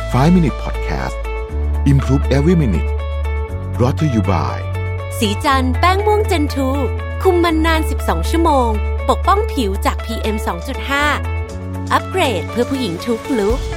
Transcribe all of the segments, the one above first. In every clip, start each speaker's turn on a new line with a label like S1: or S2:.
S1: 5 Minute Podcast Improve Every Minute brought to you by
S2: สีจันแป้งม่วงเจนทูคุมมันนาน12ชั่วโมงปกป้องผิวจาก PM 2.5 อัปเกรดเพื่อผู้หญิงทุกลุค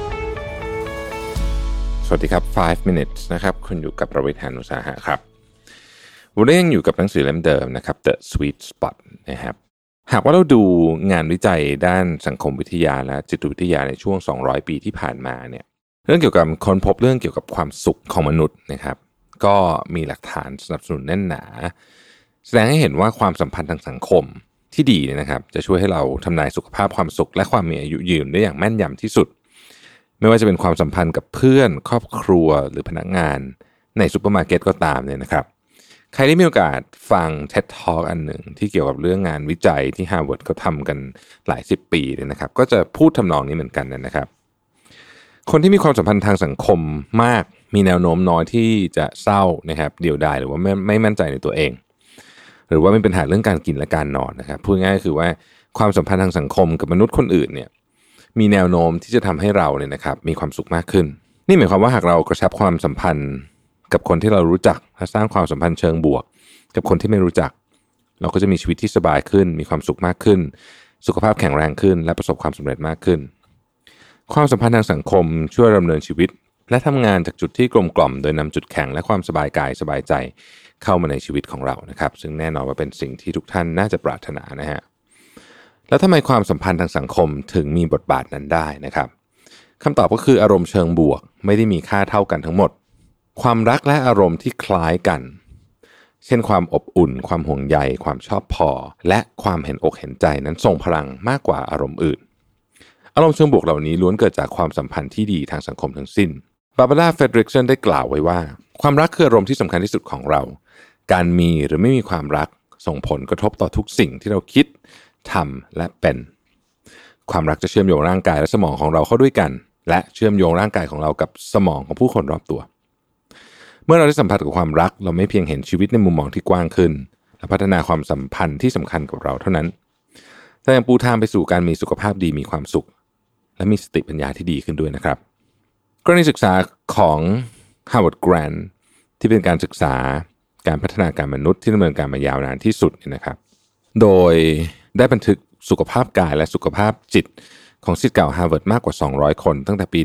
S3: สวัสดีครับ 5 minutes นะครับคุณอยู่กับประวิทย์ หาญอุตสาหะครับวันนี้ยังอยู่กับหนังสือเล่มเดิมนะครับ The Sweet Spot นะครับหากว่าเราดูงานวิจัยด้านสังคมวิทยาและจิตวิทยาในช่วง200ปีที่ผ่านมาเนี่ยเรื่องเกี่ยวกับค้นพบเรื่องเกี่ยวกับความสุขของมนุษย์นะครับก็มีหลักฐานสนับสนุนแน่นหนาแสดงให้เห็นว่าความสัมพันธ์ทางสังคมที่ดีเนี่ยนะครับจะช่วยให้เราทำนายสุขภาพความสุขและความมีอายุยืนได้อย่างแม่นยำที่สุดไม่ว่าจะเป็นความสัมพันธ์กับเพื่อนครอบครัวหรือพนักงานในซุปเปอร์มาร์เก็ตก็ตามเนี่ยนะครับใครได้มีโอกาสฟัง TED Talk อันหนึ่งที่เกี่ยวกับเรื่องงานวิจัยที่ Harvard เขาทำกันหลาย10ปีเลยนะครับก็จะพูดทำนองนี้เหมือนกันนะครับคนที่มีความสัมพันธ์ทางสังคมมากมีแนวโน้มน้อยที่จะเศร้านะครับเดี่ยวดายหรือว่าไม่มั่นใจในตัวเองหรือว่ามีปัญหาเรื่องการกินและการนอนนะครับพูดง่ายๆคือว่าความสัมพันธ์ทางสังคมกับมนุษย์คนอื่นเนี่ยมีแนวโน้มที่จะทำให้เราเนี่ยนะครับมีความสุขมากขึ้นนี่หมายความว่าหากเรากระชับความสัมพันธ์กับคนที่เรารู้จักและสร้างความสัมพันธ์เชิงบวกกับคนที่ไม่รู้จักเราก็จะมีชีวิตที่สบายขึ้นมีความสุขมากขึ้นสุขภาพแข็งแรงขึ้นและประสบความสำเร็จมากขึ้นความสัมพันธ์ทางสังคมช่วยดำเนินชีวิตและทำงานจากจุดที่กลมกล่อมโดยนำจุดแข็งและความสบายกายสบายใจเข้ามาในชีวิตของเรานะครับซึ่งแน่นอนว่าเป็นสิ่งที่ทุกท่านน่าจะปรารถนานะฮะแล้วทำไมความสัมพันธ์ทางสังคมถึงมีบทบาทนั้นได้นะครับคำตอบก็คืออารมณ์เชิงบวกไม่ได้มีค่าเท่ากันทั้งหมดความรักและอารมณ์ที่คล้ายกันเช่นความอบอุ่นความห่วงใยความชอบพอและความเห็นอกเห็นใจนั้นทรงพลังมากกว่าอารมณ์อื่นอารมณ์เชิงบวกเหล่านี้ล้วนเกิดจากความสัมพันธ์ที่ดีทางสังคมทั้งสิ้นบาร์บาร่า เฟดริกสันได้กล่าวไว้ว่าความรักคืออารมณ์ที่สำคัญที่สุดของเราการมีหรือไม่มีความรักส่งผลกระทบต่อทุกสิ่งที่เราคิดทำและเป็นความรักจะเชื่อมโยงร่างกายและสมองของเราเข้าด้วยกันและเชื่อมโยงร่างกายของเรากับสมองของผู้คนรอบตัวเมื่อเราได้สัมผัสกับความรักเราไม่เพียงเห็นชีวิตในมุมมองที่กว้างขึ้นและพัฒนาความสัมพันธ์ที่สำคัญกับเราเท่านั้นแต่ยังปูทางไปสู่การมีสุขภาพดีมีความสุขและมีสติปัญญาที่ดีขึ้นด้วยนะครับกรณีศึกษาของ Harvard Grant ที่เป็นการศึกษาการพัฒนาการมนุษย์ที่ดำเนินการมายาวนานที่สุดนะครับโดยได้บันทึกสุขภาพกายและสุขภาพจิตของศิษย์เก่า Harvard มากกว่า200คนตั้งแต่ปี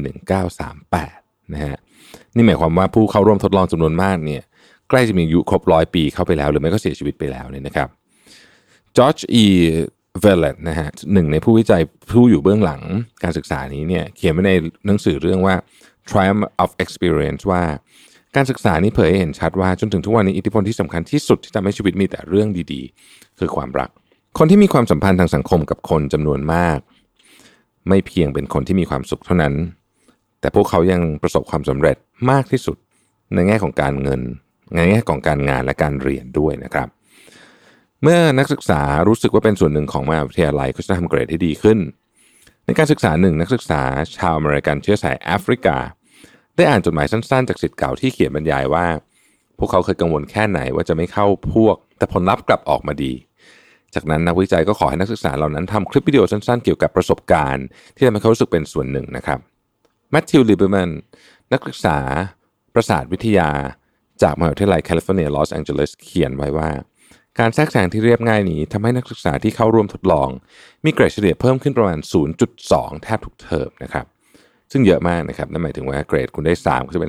S3: 1938นะฮะนี่หมายความว่าผู้เข้าร่วมทดลองจำนวนมากเนี่ยใกล้จะมีอายุครบ100ปีเข้าไปแล้วหรือไม่ก็เสียชีวิตไปแล้วเนี่ยนะครับจอร์จ เวลเลตนะฮะหนึ่งในผู้วิจัยผู้อยู่เบื้องหลังการศึกษานี้เนี่ยเขียนไว้ในหนังสือเรื่องว่า Triumph of Experience ว่าการศึกษานี้เผยให้เห็นชัดว่าจนถึงทุกวันนี้อิทธิพลที่สำคัญที่สุดที่ทำให้ชีวิตมีแต่เรื่องดีๆคือความรักคนที่มีความสัมพันธ์ทางสังคมกับคนจำนวนมากไม่เพียงเป็นคนที่มีความสุขเท่านั้นแต่พวกเขายังประสบความสำเร็จมากที่สุดในแง่ของการเงินในแง่ของการงานและการเรียนด้วยนะครับเมื่อนักศึกษารู้สึกว่าเป็นส่วนหนึ่งของมหาวิทยาลัยก็จะทำเกรดที่ดีขึ้นในการศึกษาหนึ่งนักศึกษาชาวอเมริกันเชื้อสายแอฟริกาได้อ่านจดหมายสั้นๆจากศิษย์เก่าที่เขียนบรรยายว่าพวกเขาเคยกังวลแค่ไหนว่าจะไม่เข้าพวกแต่ผลลัพธ์กลับออกมาดีจากนั้นนักวิจัยก็ขอให้นักศึกษาเหล่านั้นทำคลิปวิดีโอสั้นๆเกี่ยวกับประสบการณ์ที่ทำให้เขารู้สึกเป็นส่วนหนึ่งนะครับแมทธิว ลิเบอร์แมนนักศึกษาประสาทวิทยาจากมหาวิทยาลัยแคลิฟอร์เนียลอสแองเจลิสเขียนไว้ว่าการแทรกแซงที่เรียบง่ายนี้ทำให้นักศึกษาที่เข้าร่วมทดลองมีเกรดเฉลี่ยเพิ่มขึ้นประมาณ 0.2 แทบทุกเทอมนะครับซึ่งเยอะมากนะครับนั่นหมายถึงว่าเกรดคุณได้3ก็จะเป็น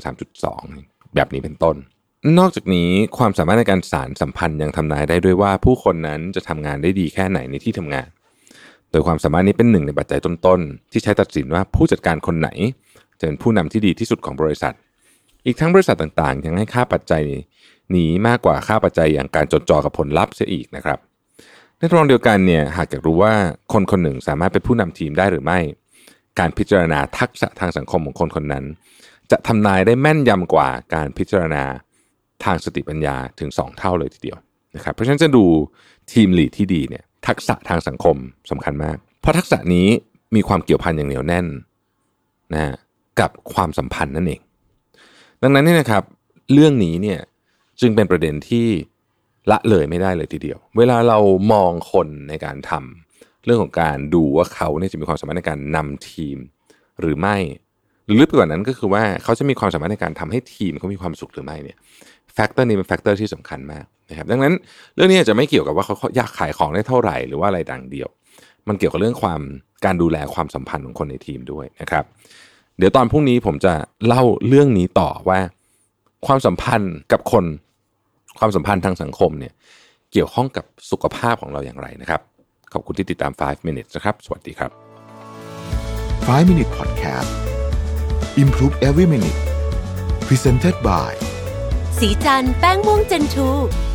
S3: 3.2 แบบนี้เป็นต้นนอกจากนี้ความสามารถในการสานสัมพันธ์ยังทำนายได้ด้วยว่าผู้คนนั้นจะทำงานได้ดีแค่ไหนในที่ทำงานโดยความสามารถนี้เป็นหนึ่งในปัจจัยต้นๆที่ใช้ตัดสินว่าผู้จัดการคนไหนจะเป็นผู้นำที่ดีที่สุดของบริษัทอีกทั้งบริษัทต่างๆยังให้ค่าปัจจัยนี้มากกว่าค่าปัจจัยอย่างการจดจ่อกับผลลัพธ์เสียอีกนะครับในทางเดียวกันเนี่ยหากอยากรู้ว่าคนคนหนึ่งสามารถเป็นผู้นำทีมได้หรือไม่การพิจารณาทักษะทางสังคมของคนคนนั้นจะทำนายได้แม่นยำกว่าการพิจารณาทางสติปัญญาถึง2เท่าเลยทีเดียวนะครับเพราะฉะนั้นจะดูทีมลีดที่ดีเนี่ยทักษะทางสังคมสำคัญมากเพราะทักษะนี้มีความเกี่ยวพันอย่างเหนียวแน่นนะกับความสัมพันธ์นั่นเองดังนั้นนี่นะครับเรื่องนี้เนี่ยจึงเป็นประเด็นที่ละเลยไม่ได้เลยทีเดียวเวลาเรามองคนในการทำเรื่องของการดูว่าเขาเนี่ยจะมีความสามารถในการนำทีมหรือไม่หรือลึกไปกว่านั้นก็คือว่าเขาจะมีความสามารถในการทำให้ทีมเขามีความสุขหรือไม่เนี่ยแฟกเตอร์นี้เป็นแฟกเตอร์ที่สำคัญมากนะครับดังนั้นเรื่องนี้จะไม่เกี่ยวกับว่าเขาอยากขายของได้เท่าไหร่หรือว่าอะไรดังเดียวมันเกี่ยวกับเรื่องการดูแลความสัมพันธ์ของคนในทีมด้วยนะครับเดี๋ยวตอนพรุ่งนี้ผมจะเล่าเรื่องนี้ต่อว่าความสัมพันธ์กับคนความสัมพันธ์ทางสังคมเนี่ยเกี่ยวข้องกับสุขภาพของเราอย่างไรนะครับขอบคุณที่ติดตาม5 minutes นะครับสวัสดีครับ
S1: 5 minute podcast Improve every minute Presented by
S2: สีจันทร์แป้งม่วงเจนทู